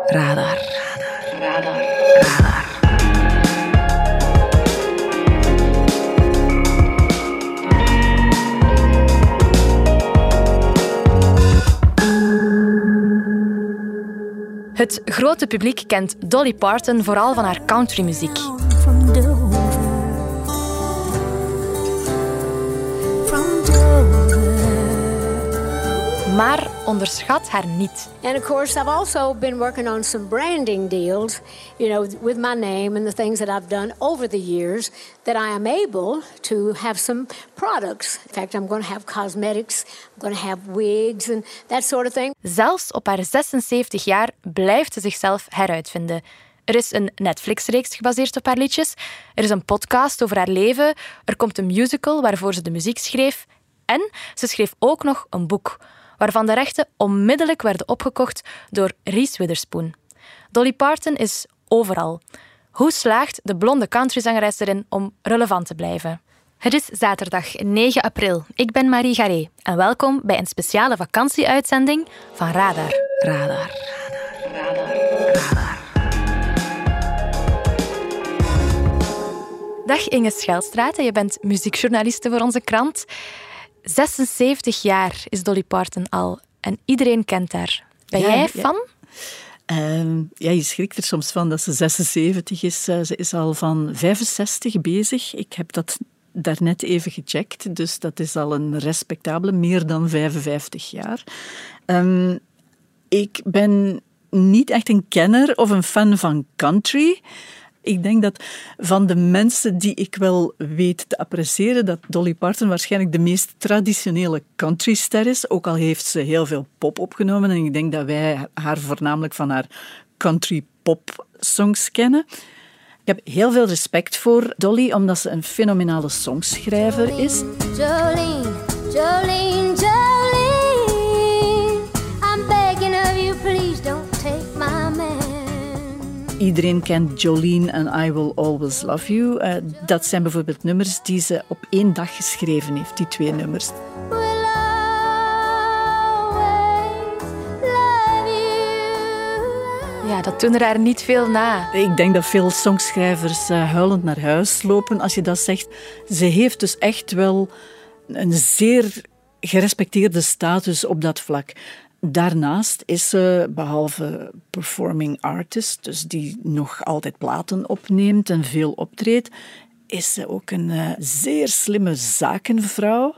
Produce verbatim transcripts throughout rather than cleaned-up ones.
Radar. Radar. Radar. Radar. Het grote publiek kent Dolly Parton vooral van haar countrymuziek. Maar onderschat haar niet. And of course, I've also been working on some branding deals, you know, with my name and the things that I've done over the years, that I am able to have some products. In fact, I'm going to have cosmetics, I'm going to have wigs and that sort of thing. Zelfs op haar zesenzeventig jaar blijft ze zichzelf heruitvinden. Er is een Netflix-reeks gebaseerd op haar liedjes. Er is een podcast over haar leven. Er komt een musical waarvoor ze de muziek schreef. En ze schreef ook nog een boek, waarvan de rechten onmiddellijk werden opgekocht door Reese Witherspoon. Dolly Parton is overal. Hoe slaagt de blonde countryzangeres erin om relevant te blijven? Het is zaterdag negen april. Ik ben Marie Garé en welkom bij een speciale vakantieuitzending van Radar. Radar. Radar. Radar. Radar. Dag Inge Schelstraat, je bent muziekjournaliste voor onze krant. zesenzeventig jaar is Dolly Parton al en iedereen kent haar. Ben ja, jij ja. fan? Uh, ja, je schrikt er soms van dat ze zesenzeventig is. Uh, ze is al van vijfenzestig bezig. Ik heb dat daarnet even gecheckt, dus dat is al een respectabele, meer dan vijfenvijftig jaar. Um, ik ben niet echt een kenner of een fan van country. Ik denk dat van de mensen die ik wel weet te appreciëren, dat Dolly Parton waarschijnlijk de meest traditionele countryster is. Ook al heeft ze heel veel pop opgenomen. En ik denk dat wij haar voornamelijk van haar country-pop-songs kennen. Ik heb heel veel respect voor Dolly, omdat ze een fenomenale songschrijver is. Jolene, Jolene, Jolene, I'm begging of you, please don't take my man. Iedereen kent Jolene en I Will Always Love You. Uh, dat zijn bijvoorbeeld nummers die ze op één dag geschreven heeft, die twee nummers. We'll always love you. Ja, dat doen er haar niet veel na. Ik denk dat veel songschrijvers uh, huilend naar huis lopen als je dat zegt. Ze heeft dus echt wel een zeer gerespecteerde status op dat vlak. Daarnaast is ze, behalve performing artist, dus die nog altijd platen opneemt en veel optreedt, is ze ook een uh, zeer slimme zakenvrouw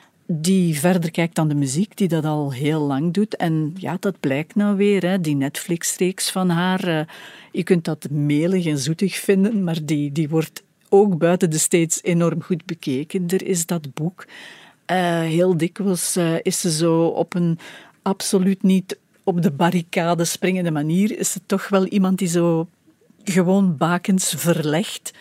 die verder kijkt dan de muziek, die dat al heel lang doet. En ja, dat blijkt nou weer, hè, die Netflix-reeks van haar. Uh, je kunt dat melig en zoetig vinden, maar die, die wordt ook buiten de States enorm goed bekeken. Er is dat boek. Uh, heel dikwijls uh, is ze zo op een absoluut niet op de barricade springende manier, is het toch wel iemand die zo gewoon bakens verlegt.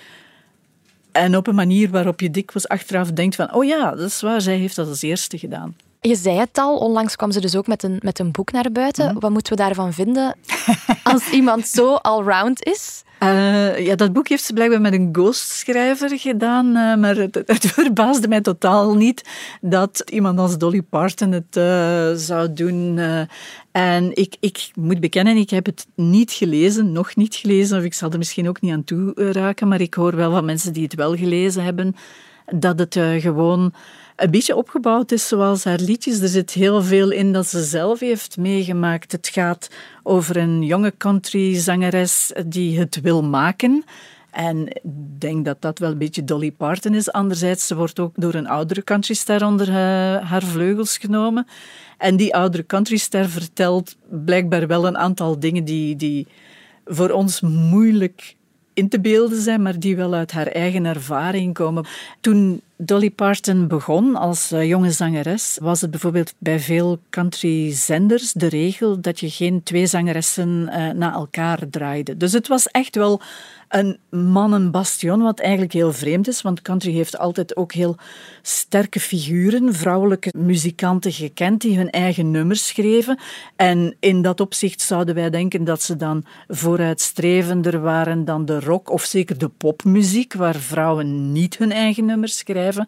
En op een manier waarop je dikwijls achteraf denkt van, oh ja, dat is waar, zij heeft dat als eerste gedaan. Je zei het al, onlangs kwam ze dus ook met een, met een boek naar buiten. Mm-hmm. Wat moeten we daarvan vinden als iemand zo allround is? Uh, ja, dat boek heeft ze blijkbaar met een ghostschrijver gedaan, uh, maar het, het verbaasde mij totaal niet dat iemand als Dolly Parton het uh, zou doen. Uh, en ik, ik moet bekennen, ik heb het niet gelezen, nog niet gelezen, of ik zal er misschien ook niet aan toe raken, maar ik hoor wel van mensen die het wel gelezen hebben, dat het uh, gewoon een beetje opgebouwd is zoals haar liedjes. Er zit heel veel in dat ze zelf heeft meegemaakt. Het gaat over een jonge countryzangeres die het wil maken. En ik denk dat dat wel een beetje Dolly Parton is. Anderzijds, ze wordt ook door een oudere countryster onder uh, haar vleugels genomen. En die oudere countryster vertelt blijkbaar wel een aantal dingen die, die voor ons moeilijk in te beelden zijn, maar die wel uit haar eigen ervaring komen. Toen Dolly Parton begon als jonge zangeres, was het bijvoorbeeld bij veel countryzenders de regel dat je geen twee zangeressen uh, na elkaar draaide. Dus het was echt wel een mannenbastion, wat eigenlijk heel vreemd is, want country heeft altijd ook heel sterke figuren, vrouwelijke muzikanten gekend, die hun eigen nummers schreven. En in dat opzicht zouden wij denken dat ze dan vooruitstrevender waren dan de rock, of zeker de popmuziek, waar vrouwen niet hun eigen nummers schrijven.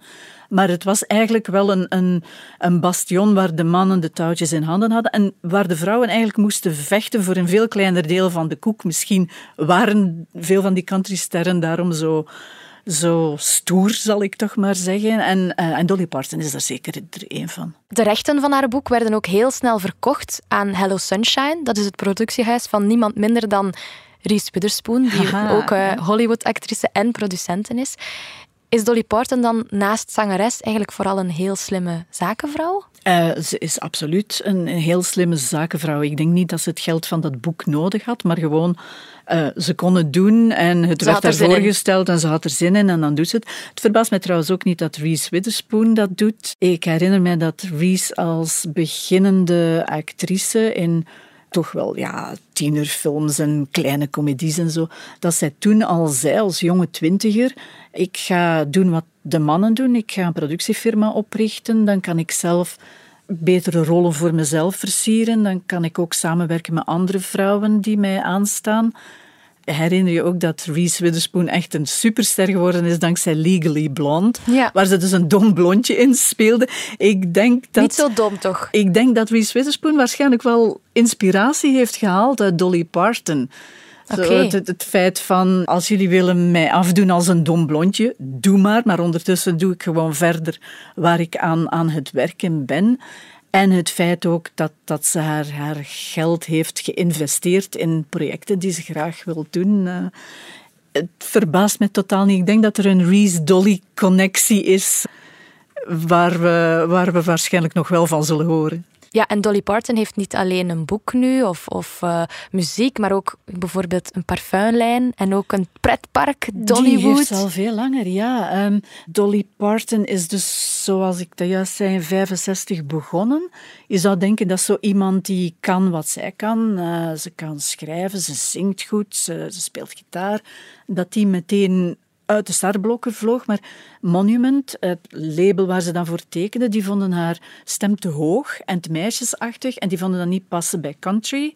Maar het was eigenlijk wel een, een, een bastion waar de mannen de touwtjes in handen hadden en waar de vrouwen eigenlijk moesten vechten voor een veel kleiner deel van de koek. Misschien waren veel van die countrysterren daarom zo... Zo stoer, zal ik toch maar zeggen. En, uh, en Dolly Parton is daar zeker er één van. De rechten van haar boek werden ook heel snel verkocht aan Hello Sunshine. Dat is het productiehuis van niemand minder dan Reese Witherspoon, die Aha, ook uh, Hollywood-actrice en producenten is. Is Dolly Parton dan naast zangeres eigenlijk vooral een heel slimme zakenvrouw? Uh, ze is absoluut een heel slimme zakenvrouw. Ik denk niet dat ze het geld van dat boek nodig had, maar gewoon... Uh, ze kon het doen en het ze werd haar voorgesteld en ze had er zin in en dan doet ze het. Het verbaast mij trouwens ook niet dat Reese Witherspoon dat doet. Ik herinner mij dat Reese als beginnende actrice in toch wel ja, tienerfilms en kleine comedies en zo, dat zij toen al zei als jonge twintiger, ik ga doen wat de mannen doen, ik ga een productiefirma oprichten, dan kan ik zelf betere rollen voor mezelf versieren, dan kan ik ook samenwerken met andere vrouwen die mij aanstaan. Herinner je ook dat Reese Witherspoon echt een superster geworden is dankzij Legally Blonde, ja. waar ze dus een dom blondje in speelde. Ik denk dat, Niet zo dom, toch? Ik denk dat Reese Witherspoon waarschijnlijk wel inspiratie heeft gehaald uit Dolly Parton. Okay. Zo, het, het feit van, als jullie willen mij afdoen als een dom blondje, doe maar, maar ondertussen doe ik gewoon verder waar ik aan, aan het werken ben. En het feit ook dat, dat ze haar, haar geld heeft geïnvesteerd in projecten die ze graag wil doen. Uh, het verbaast me totaal niet. Ik denk dat er een Reese-Dolly-connectie is waar we, waar we waarschijnlijk nog wel van zullen horen. Ja, en Dolly Parton heeft niet alleen een boek nu of, of uh, muziek, maar ook bijvoorbeeld een parfumlijn en ook een pretpark, Dollywood. Die heeft al veel langer, ja. Um, Dolly Parton is dus, zoals ik dat juist zei, in vijfenzestig begonnen. Je zou denken dat zo iemand die kan wat zij kan. Uh, ze kan schrijven, ze zingt goed, ze, ze speelt gitaar. Dat die meteen uit de startblokken vloog, maar Monument, het label waar ze dan voor tekende, die vonden haar stem te hoog en te meisjesachtig en die vonden dat niet passen bij country.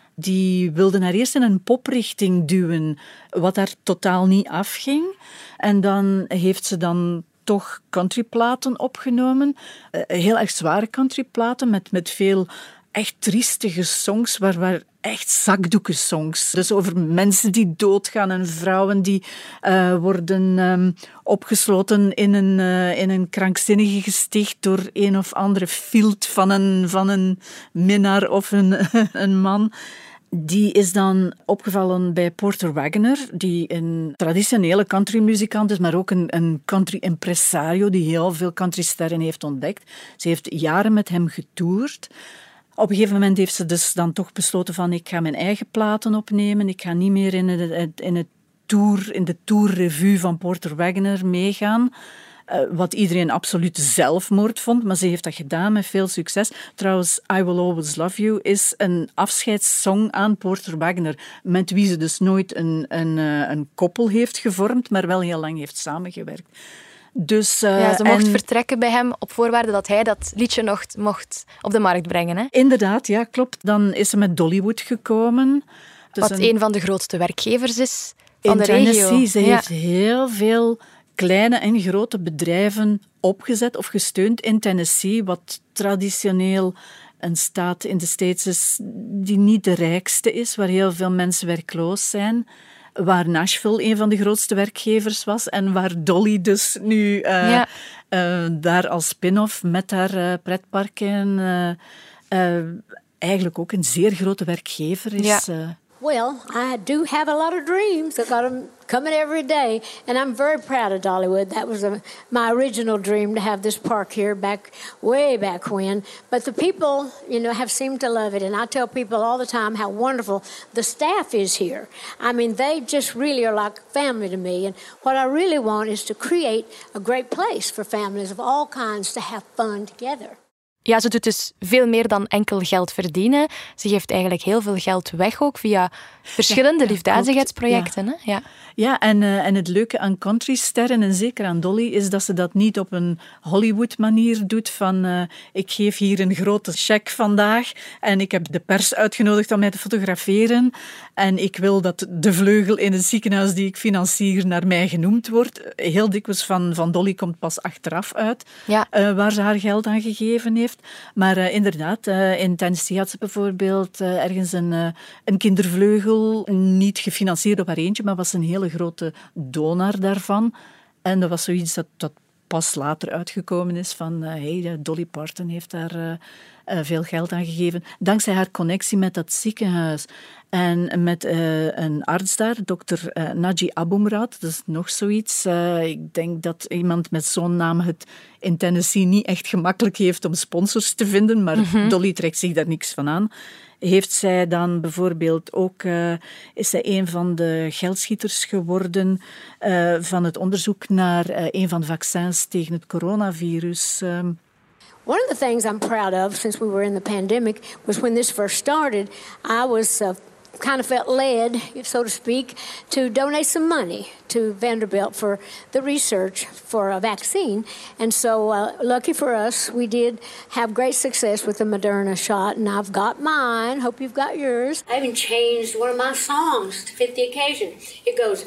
Die wilden haar eerst in een poprichting duwen, wat daar totaal niet afging. En dan heeft ze dan toch countryplaten opgenomen, heel erg zware countryplaten met, met veel echt triestige songs, waar, waar echt zakdoekensongs. Dus over mensen die doodgaan en vrouwen die uh, worden um, opgesloten in een, uh, in een krankzinnige gesticht door een of andere fielt van een, van een minnaar of een, een man. Die is dan opgevallen bij Porter Wagoner, die een traditionele countrymuzikant is, maar ook een, een country-impresario die heel veel countrysterren heeft ontdekt. Ze heeft jaren met hem getoerd. Op een gegeven moment heeft ze dus dan toch besloten van ik ga mijn eigen platen opnemen. Ik ga niet meer in, het, in, het tour, in de tourrevue van Porter Wagoner meegaan. Uh, wat iedereen absoluut zelfmoord vond, maar ze heeft dat gedaan met veel succes. Trouwens, I Will Always Love You is een afscheidssong aan Porter Wagoner, met wie ze dus nooit een, een, een koppel heeft gevormd, maar wel heel lang heeft samengewerkt. Dus, uh, ja, ze mocht en... vertrekken bij hem op voorwaarde dat hij dat liedje nog mocht op de markt brengen. Hè? Inderdaad, ja, klopt. Dan is ze met Dollywood gekomen. Dus wat een... een van de grootste werkgevers is van in de Tennessee. regio. Ze ja. heeft heel veel kleine en grote bedrijven opgezet of gesteund in Tennessee, wat traditioneel een staat in de States is die niet de rijkste is, waar heel veel mensen werkloos zijn. Waar Nashville een van de grootste werkgevers was en waar Dolly dus nu uh, ja. uh, daar als spin-off met haar uh, pretparken uh, uh, eigenlijk ook een zeer grote werkgever is. Ja. Uh. Well, I do have a lot of dreams. I've got them coming every day. And I'm very proud of Dollywood. That was a, my original dream, to have this park here back, way back when. But the people, you know, have seemed to love it. And I tell people all the time how wonderful the staff is here. I mean, they just really are like family to me. And what I really want is to create a great place for families of all kinds to have fun together. Ja, ze doet dus veel meer dan enkel geld verdienen. Ze geeft eigenlijk heel veel geld weg ook via verschillende ja, liefdadigheidsprojecten. Ja, hè? ja. ja en, uh, en het leuke aan countrysterren, en zeker aan Dolly, is dat ze dat niet op een Hollywood-manier doet van uh, ik geef hier een grote cheque vandaag en ik heb de pers uitgenodigd om mij te fotograferen en ik wil dat de vleugel in het ziekenhuis die ik financier naar mij genoemd wordt. Heel dikwijls van, van Dolly komt pas achteraf uit ja. uh, waar ze haar geld aan gegeven heeft. Maar uh, inderdaad, uh, in Tennessee had ze bijvoorbeeld uh, ergens een, uh, een kindervleugel, niet gefinancierd op haar eentje, maar was een hele grote donor daarvan. En dat was zoiets dat, dat pas later uitgekomen is van uh, hey, Dolly Parton heeft daar uh, uh, veel geld aan gegeven. Dankzij haar connectie met dat ziekenhuis. En met uh, een arts daar, dokter uh, Naji Abumrad, dat is nog zoiets. Uh, ik denk dat iemand met zo'n naam het in Tennessee niet echt gemakkelijk heeft om sponsors te vinden, maar mm-hmm. Dolly trekt zich daar niks van aan. Heeft zij dan bijvoorbeeld ook, uh, is zij een van de geldschieters geworden uh, van het onderzoek naar uh, een van de vaccins tegen het coronavirus. Um. One of the things I'm proud of since we were in the pandemic was when this first started, I was uh, kind of felt led, so to speak, to donate some money to Vanderbilt for the research for a vaccine. And so, uh, lucky for us, we did have great success with the Moderna shot, and I've got mine. Hope you've got yours. I even changed one of my songs to fit the occasion. It goes,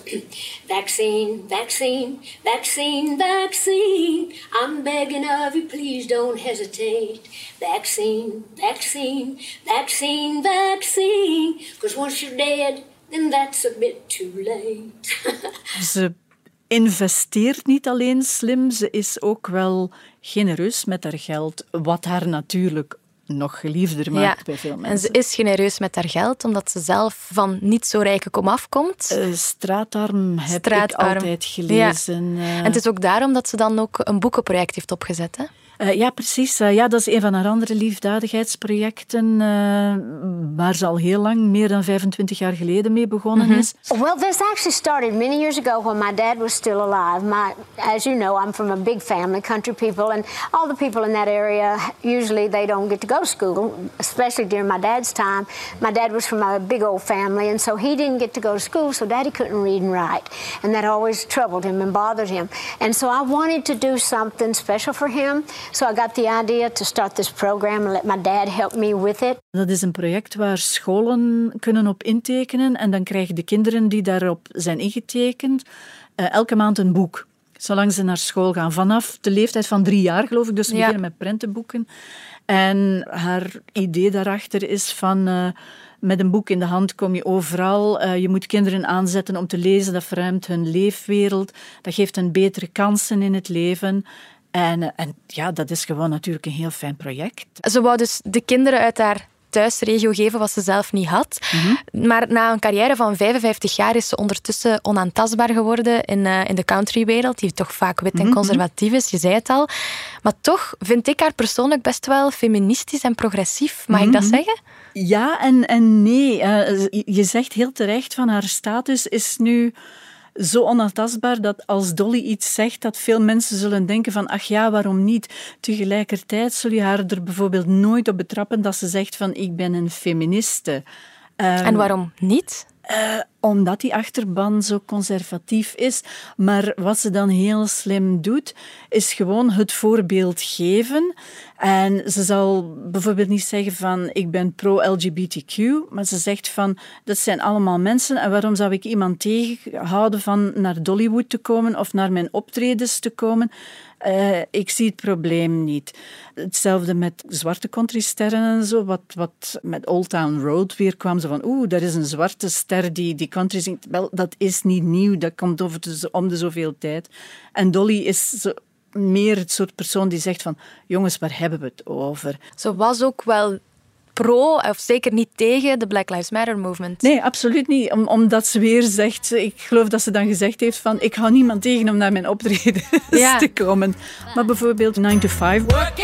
vaccine, vaccine, vaccine, vaccine. I'm begging of you, please don't hesitate. Vaccine, vaccine, vaccine, vaccine. Because once you're dead, then that's a bit too late. Ze investeert niet alleen slim, ze is ook wel genereus met haar geld, wat haar natuurlijk nog geliefder maakt ja, bij veel mensen. En ze is genereus met haar geld, omdat ze zelf van niet zo rijke komaf komt. Uh, straatarm heb straatarm. ik altijd gelezen. Ja. Uh, en het is ook daarom dat ze dan ook een boekenproject heeft opgezet, hè? Uh, ja, precies. Uh, ja, dat is een van haar andere liefdadigheidsprojecten, uh, waar ze al heel lang, meer dan vijfentwintig jaar geleden mee begonnen mm-hmm. is. Well, this actually started many years ago when my dad was still alive. My, as you know, I'm from a big family, country people, and all the people in that area, usually they don't get to go to school, especially during my dad's time. My dad was from a big old family, and so he didn't get to go to school, so Daddy couldn't read and write, and that always troubled him and bothered him. And so I wanted to do something special for him. So I got the idea to start this program and let my dad help me with it. Dat is een project waar scholen kunnen op intekenen en dan krijgen de kinderen die daarop zijn ingetekend uh, elke maand een boek. Zolang ze naar school gaan. Vanaf de leeftijd van drie jaar, geloof ik. Dus we ja. beginnen met prentenboeken. En haar idee daarachter is van... Uh, met een boek in de hand kom je overal. Uh, je moet kinderen aanzetten om te lezen. Dat verruimt hun leefwereld. Dat geeft hen betere kansen in het leven. En, en ja, dat is gewoon natuurlijk een heel fijn project. Ze wou dus de kinderen uit haar thuisregio geven wat ze zelf niet had. Mm-hmm. Maar na een carrière van vijfenvijftig jaar is ze ondertussen onaantastbaar geworden in, uh, in de countrywereld, die toch vaak wit en mm-hmm. conservatief is, je zei het al. Maar toch vind ik haar persoonlijk best wel feministisch en progressief. Mag mm-hmm. ik dat zeggen? Ja en, en nee. Uh, je zegt heel terecht van haar status is nu... zo onaantastbaar dat als Dolly iets zegt, dat veel mensen zullen denken van, ach ja, waarom niet? Tegelijkertijd zul je haar er bijvoorbeeld nooit op betrappen dat ze zegt van, ik ben een feministe. Um, en waarom niet? Uh, omdat die achterban zo conservatief is. Maar wat ze dan heel slim doet, is gewoon het voorbeeld geven. En ze zal bijvoorbeeld niet zeggen van ik ben pro-L G B T Q, maar ze zegt van dat zijn allemaal mensen en waarom zou ik iemand tegenhouden van naar Dollywood te komen of naar mijn optredens te komen? Uh, ik zie het probleem niet. Hetzelfde met zwarte countrysterren en zo. Wat, wat met Old Town Road weer kwam. Zo van, oeh, daar is een zwarte ster die, die country zingt. Wel, dat is niet nieuw. Dat komt over de, om de zoveel tijd. En Dolly is zo meer het soort persoon die zegt van, jongens, waar hebben we het over? Ze was ook wel... pro, of zeker niet tegen, de Black Lives Matter movement. Nee, absoluut niet. Om, omdat ze weer zegt, ik geloof dat ze dan gezegd heeft van, ik hou niemand tegen om naar mijn optredens ja. te komen. Maar bijvoorbeeld nine to five.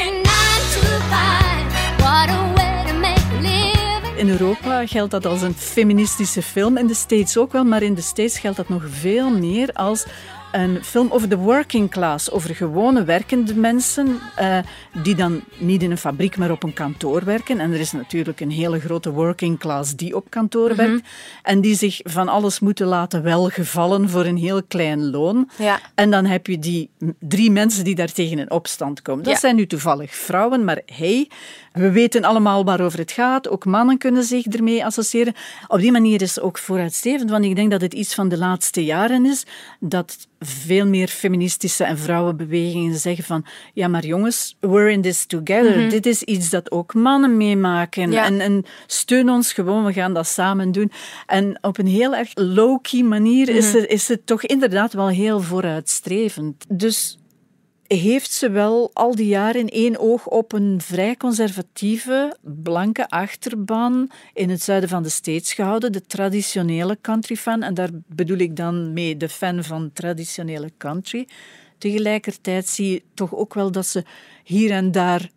In Europa geldt dat als een feministische film. In de States ook wel, maar in de States geldt dat nog veel meer als een film over de working class, over gewone werkende mensen uh, die dan niet in een fabriek, maar op een kantoor werken. En er is natuurlijk een hele grote working class die op kantoor mm-hmm. werkt en die zich van alles moeten laten welgevallen voor een heel klein loon. Ja. En dan heb je die drie mensen die daar tegen in opstand komen. Dat ja. zijn nu toevallig vrouwen, maar hey, we weten allemaal waarover het gaat. Ook mannen kunnen zich ermee associëren. Op die manier is het ook vooruitstrevend, want ik denk dat het iets van de laatste jaren is dat veel meer feministische en vrouwenbewegingen zeggen van ja, maar jongens, we're in this together. Mm-hmm. Dit is iets dat ook mannen meemaken. Ja. En, en steun ons gewoon, we gaan dat samen doen. En op een heel erg low-key manier mm-hmm. is, er, is het toch inderdaad wel heel vooruitstrevend. Dus heeft ze wel al die jaren één oog op een vrij conservatieve, blanke achterban in het zuiden van de States gehouden, de traditionele country fan. En daar bedoel ik dan mee de fan van traditionele country. Tegelijkertijd zie je toch ook wel dat ze hier en daar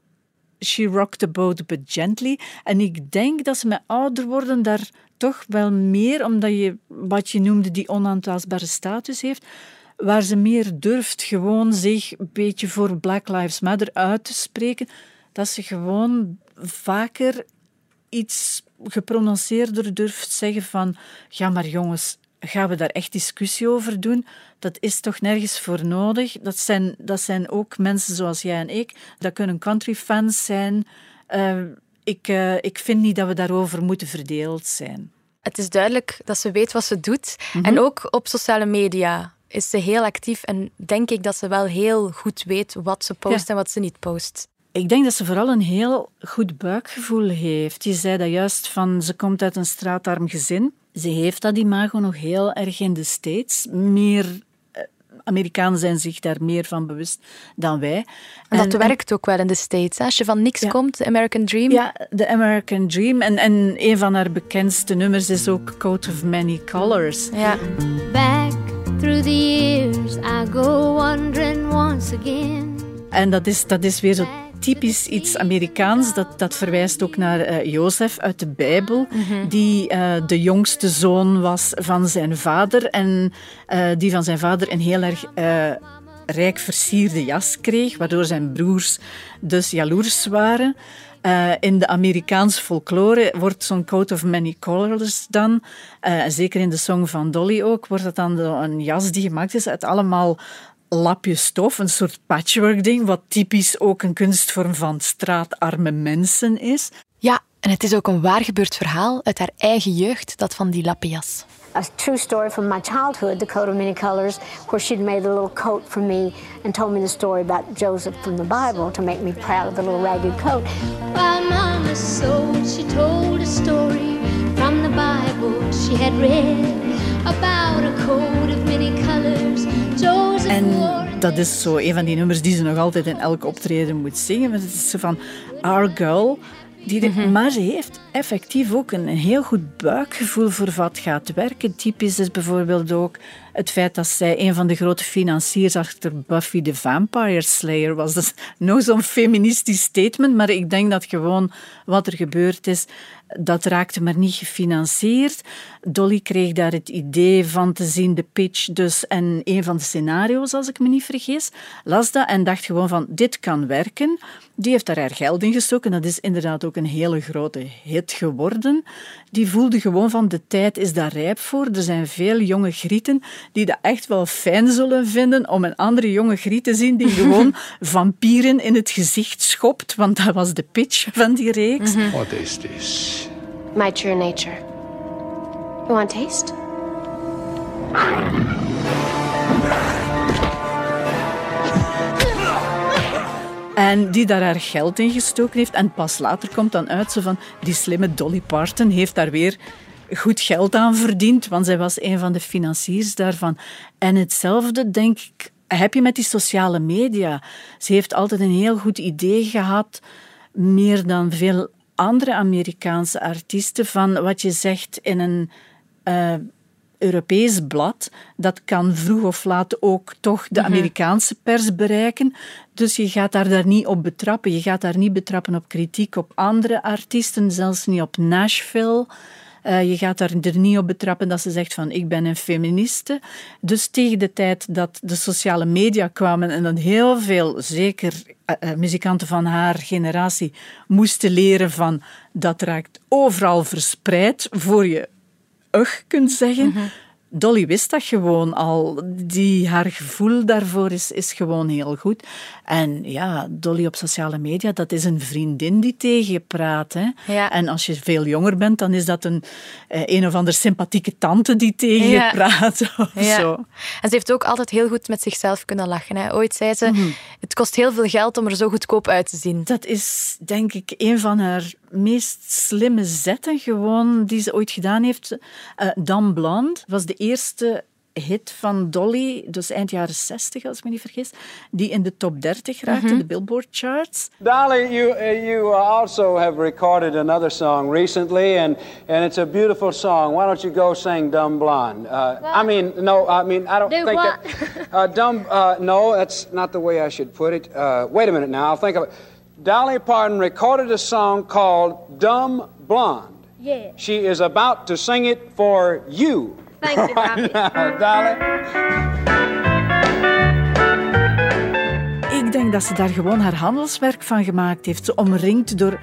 she rocked the boat but gently. En ik denk dat ze met ouder worden daar toch wel meer, omdat je wat je noemde die onaantastbare status heeft, waar ze meer durft gewoon zich een beetje voor Black Lives Matter uit te spreken, dat ze gewoon vaker iets geprononceerder durft zeggen van ja, maar jongens, gaan we daar echt discussie over doen? Dat is toch nergens voor nodig? Dat zijn, dat zijn ook mensen zoals jij en ik. Dat kunnen countryfans zijn. Uh, ik, uh, ik vind niet dat we daarover moeten verdeeld zijn. Het is duidelijk dat ze weet wat ze doet. Mm-hmm. En ook op sociale media is ze heel actief en denk ik dat ze wel heel goed weet wat ze post ja. en wat ze niet post. Ik denk dat ze vooral een heel goed buikgevoel heeft. Je zei dat juist van, ze komt uit een straatarm gezin. Ze heeft dat imago nog heel erg in de States. Meer Amerikanen zijn zich daar meer van bewust dan wij. En dat en, werkt ook wel in de States. Hè? Als je van niks ja. komt, de American Dream. Ja, de American Dream. En, en een van haar bekendste nummers is ook Coat of Many Colors. Ja. Back through the years I go wandering once again. En dat is, dat is weer zo typisch iets Amerikaans. Dat, dat verwijst ook naar uh, Jozef uit de Bijbel, mm-hmm. die uh, de jongste zoon was van zijn vader en uh, die van zijn vader een heel erg uh, rijk versierde jas kreeg, waardoor zijn broers dus jaloers waren. Uh, in de Amerikaanse folklore wordt zo'n coat of many colors dan, uh, zeker in de song van Dolly ook, wordt dat dan een jas die gemaakt is uit allemaal lapjes stof, een soort patchwork-ding, wat typisch ook een kunstvorm van straatarme mensen is. Ja, en het is ook een waar gebeurd verhaal uit haar eigen jeugd, dat van die lappenjas. A true story from my childhood, the coat of many colors, where she'd made a little coat for me and told me the story about Joseph from the Bible to make me proud of the little ragged coat. While Mama sewed, she told a story from the Bible she had read about a coat of many colors. Joseph en wore. Dat is zo een van die nummers die ze nog altijd in elk optreden moet zingen. Het is zo van Our Girl. Die de, mm-hmm. Maar ze heeft effectief ook een, een heel goed buikgevoel voor wat gaat werken. Typisch is bijvoorbeeld ook het feit dat zij een van de grote financiers achter Buffy the Vampire Slayer was. Dat is nog zo'n feministisch statement, maar ik denk dat gewoon wat er gebeurd is, dat raakte maar niet gefinancierd. Dolly kreeg daar het idee van te zien, de pitch dus, en een van de scenario's, als ik me niet vergis, las dat en dacht gewoon van, dit kan werken. Die heeft daar haar geld in gestoken. Dat is inderdaad ook een hele grote hit geworden. Die voelde gewoon van, de tijd is daar rijp voor. Er zijn veel jonge grieten die dat echt wel fijn zullen vinden om een andere jonge griet te zien die gewoon vampieren in het gezicht schopt. Want dat was de pitch van die reeks. Mm-hmm. What is this? My true nature. You want taste? En die daar haar geld in gestoken heeft. En pas later komt dan uit zo van, die slimme Dolly Parton heeft daar weer goed geld aan verdiend, want zij was een van de financiers daarvan. En hetzelfde, denk ik, heb je met die sociale media. Ze heeft altijd een heel goed idee gehad, meer dan veel andere Amerikaanse artiesten, van wat je zegt in een uh, Europees blad, dat kan vroeg of laat ook toch de Amerikaanse pers bereiken. Dus je gaat daar, daar niet op betrappen. Je gaat daar niet betrappen op kritiek op andere artiesten, zelfs niet op Nashville. Uh, je gaat daar er niet op betrappen dat ze zegt van ik ben een feministe. Dus tegen de tijd dat de sociale media kwamen en dan heel veel, zeker uh, muzikanten van haar generatie, moesten leren van dat raakt overal verspreid voor je ugh kunt zeggen. Mm-hmm. Dolly wist dat gewoon al. Die, haar gevoel daarvoor is, is gewoon heel goed. En ja, Dolly op sociale media, dat is een vriendin die tegen je praat. Hè? Ja. En als je veel jonger bent, dan is dat een, een of andere sympathieke tante die tegen ja. je praat. Of ja. zo. En ze heeft ook altijd heel goed met zichzelf kunnen lachen. Hè? Ooit zei ze, mm-hmm. het kost heel veel geld om er zo goedkoop uit te zien. Dat is, denk ik, een van haar meest slimme zetten gewoon die ze ooit gedaan heeft. Uh, Dumb Blonde was de eerste hit van Dolly, dus eind jaren zestig, als ik me niet vergis, die in de top dertig raakte, mm-hmm. de Billboard charts. Dolly, you uh, you also have recorded another song recently, and and it's a beautiful song. Why don't you go sing Dumb Blonde? Uh, I mean, no, I mean, I don't Do think what? that. Uh, dumb, uh, no, that's not the way I should put it. Uh, wait a minute now, I'll think of it. Dolly Parton recorded a song called Dumb Blonde. Yeah. She is about to sing it for you. Thank you, Bobby. Dolly. Ik denk dat ze daar gewoon haar handelswerk van gemaakt heeft. Ze omringd door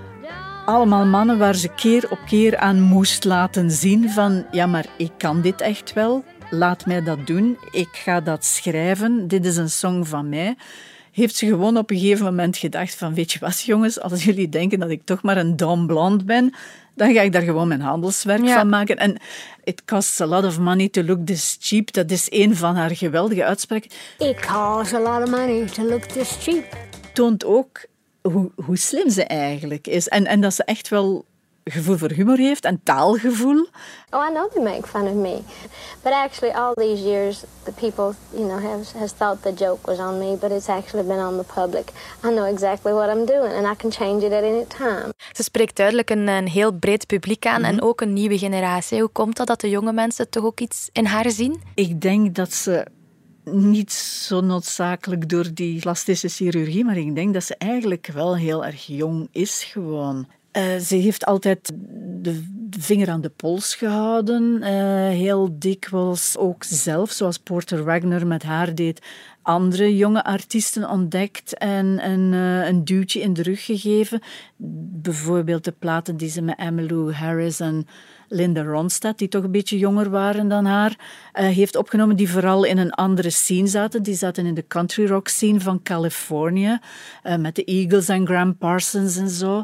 allemaal mannen waar ze keer op keer aan moest laten zien van ja, maar ik kan dit echt wel. Laat mij dat doen. Ik ga dat schrijven. Dit is een song van mij. Heeft ze gewoon op een gegeven moment gedacht van weet je wat jongens, als jullie denken dat ik toch maar een dumb blonde ben, dan ga ik daar gewoon mijn handelswerk ja. van maken. En it costs a lot of money to look this cheap. Dat is een van haar geweldige uitspraken. It costs a lot of money to look this cheap. Toont ook hoe, hoe slim ze eigenlijk is. En, en dat ze echt wel gevoel voor humor heeft en taalgevoel. Oh, I know they make fun of me. But actually all these years the people, you know, have has thought the joke was on me, but it's actually been on the public. I know exactly what I'm doing and I can change it at any time. Ze spreekt duidelijk een, een heel breed publiek aan mm-hmm. en ook een nieuwe generatie. Hoe komt dat dat de jonge mensen toch ook iets in haar zien? Ik denk dat ze niet zo noodzakelijk door die plastische chirurgie, maar ik denk dat ze eigenlijk wel heel erg jong is gewoon. Uh, ze heeft altijd de vinger aan de pols gehouden. Uh, heel dikwijls ook zelf, zoals Porter Wagoner met haar deed, andere jonge artiesten ontdekt en, en uh, een duwtje in de rug gegeven. Bijvoorbeeld de platen die ze met Emmylou Harris en Linda Ronstadt, die toch een beetje jonger waren dan haar, uh, heeft opgenomen, die vooral in een andere scene zaten. Die zaten in de country rock scene van Californië, uh, met de Eagles en Gram Parsons en zo.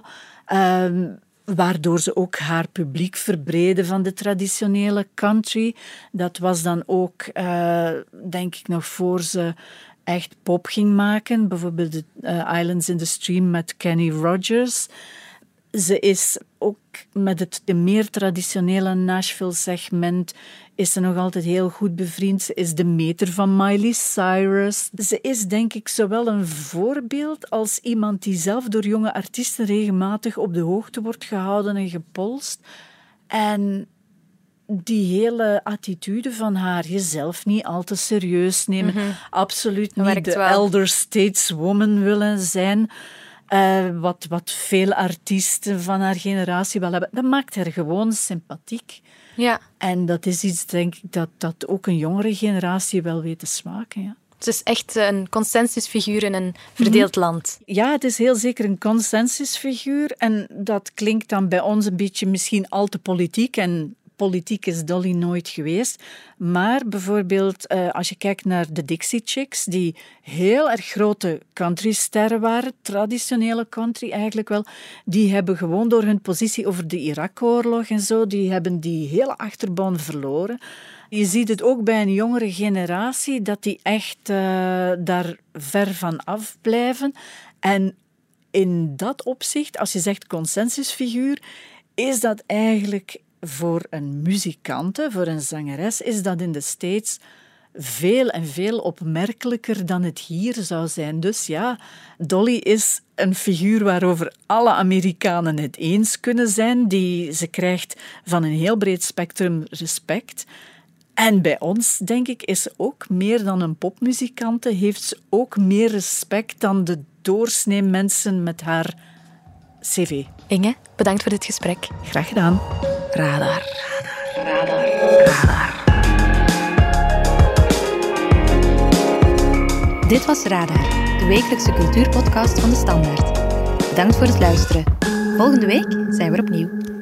Um, waardoor ze ook haar publiek verbreedde van de traditionele country. Dat was dan ook, uh, denk ik, nog voor ze echt pop ging maken. Bijvoorbeeld de uh, Islands in the Stream met Kenny Rogers. Ze is ook met het de meer traditionele Nashville-segment is ze nog altijd heel goed bevriend. Ze is de meter van Miley Cyrus. Ze is denk ik zowel een voorbeeld als iemand die zelf door jonge artiesten regelmatig op de hoogte wordt gehouden en gepolst. En die hele attitude van haar, jezelf niet al te serieus nemen, mm-hmm. absoluut niet de wel. elder stateswoman willen zijn. Uh, wat, wat veel artiesten van haar generatie wel hebben. Dat maakt haar gewoon sympathiek. Ja. En dat is iets, denk ik, dat, dat ook een jongere generatie wel weet te smaken. Ja. Het is echt een consensusfiguur in een verdeeld mm-hmm. land. Ja, het is heel zeker een consensusfiguur. En dat klinkt dan bij ons een beetje misschien al te politiek. En politiek is Dolly nooit geweest. Maar bijvoorbeeld, uh, als je kijkt naar de Dixie Chicks, die heel erg grote countrysterren waren, traditionele country eigenlijk wel, die hebben gewoon door hun positie over de Irak-oorlog en zo, die hebben die hele achterban verloren. Je ziet het ook bij een jongere generatie, dat die echt uh, daar ver van af blijven. En in dat opzicht, als je zegt consensusfiguur, is dat eigenlijk voor een muzikante, voor een zangeres, is dat in de States veel en veel opmerkelijker dan het hier zou zijn. Dus ja, Dolly is een figuur waarover alle Amerikanen het eens kunnen zijn. Die, ze krijgt van een heel breed spectrum respect. En bij ons, denk ik, is ze ook meer dan een popmuzikante, heeft ze ook meer respect dan de doorsnee mensen met haar cv. Inge, bedankt voor dit gesprek. Graag gedaan. Radar. Radar. Radar. Dit was Radar, de wekelijkse cultuurpodcast van De Standaard. Bedankt voor het luisteren. Volgende week zijn we er opnieuw.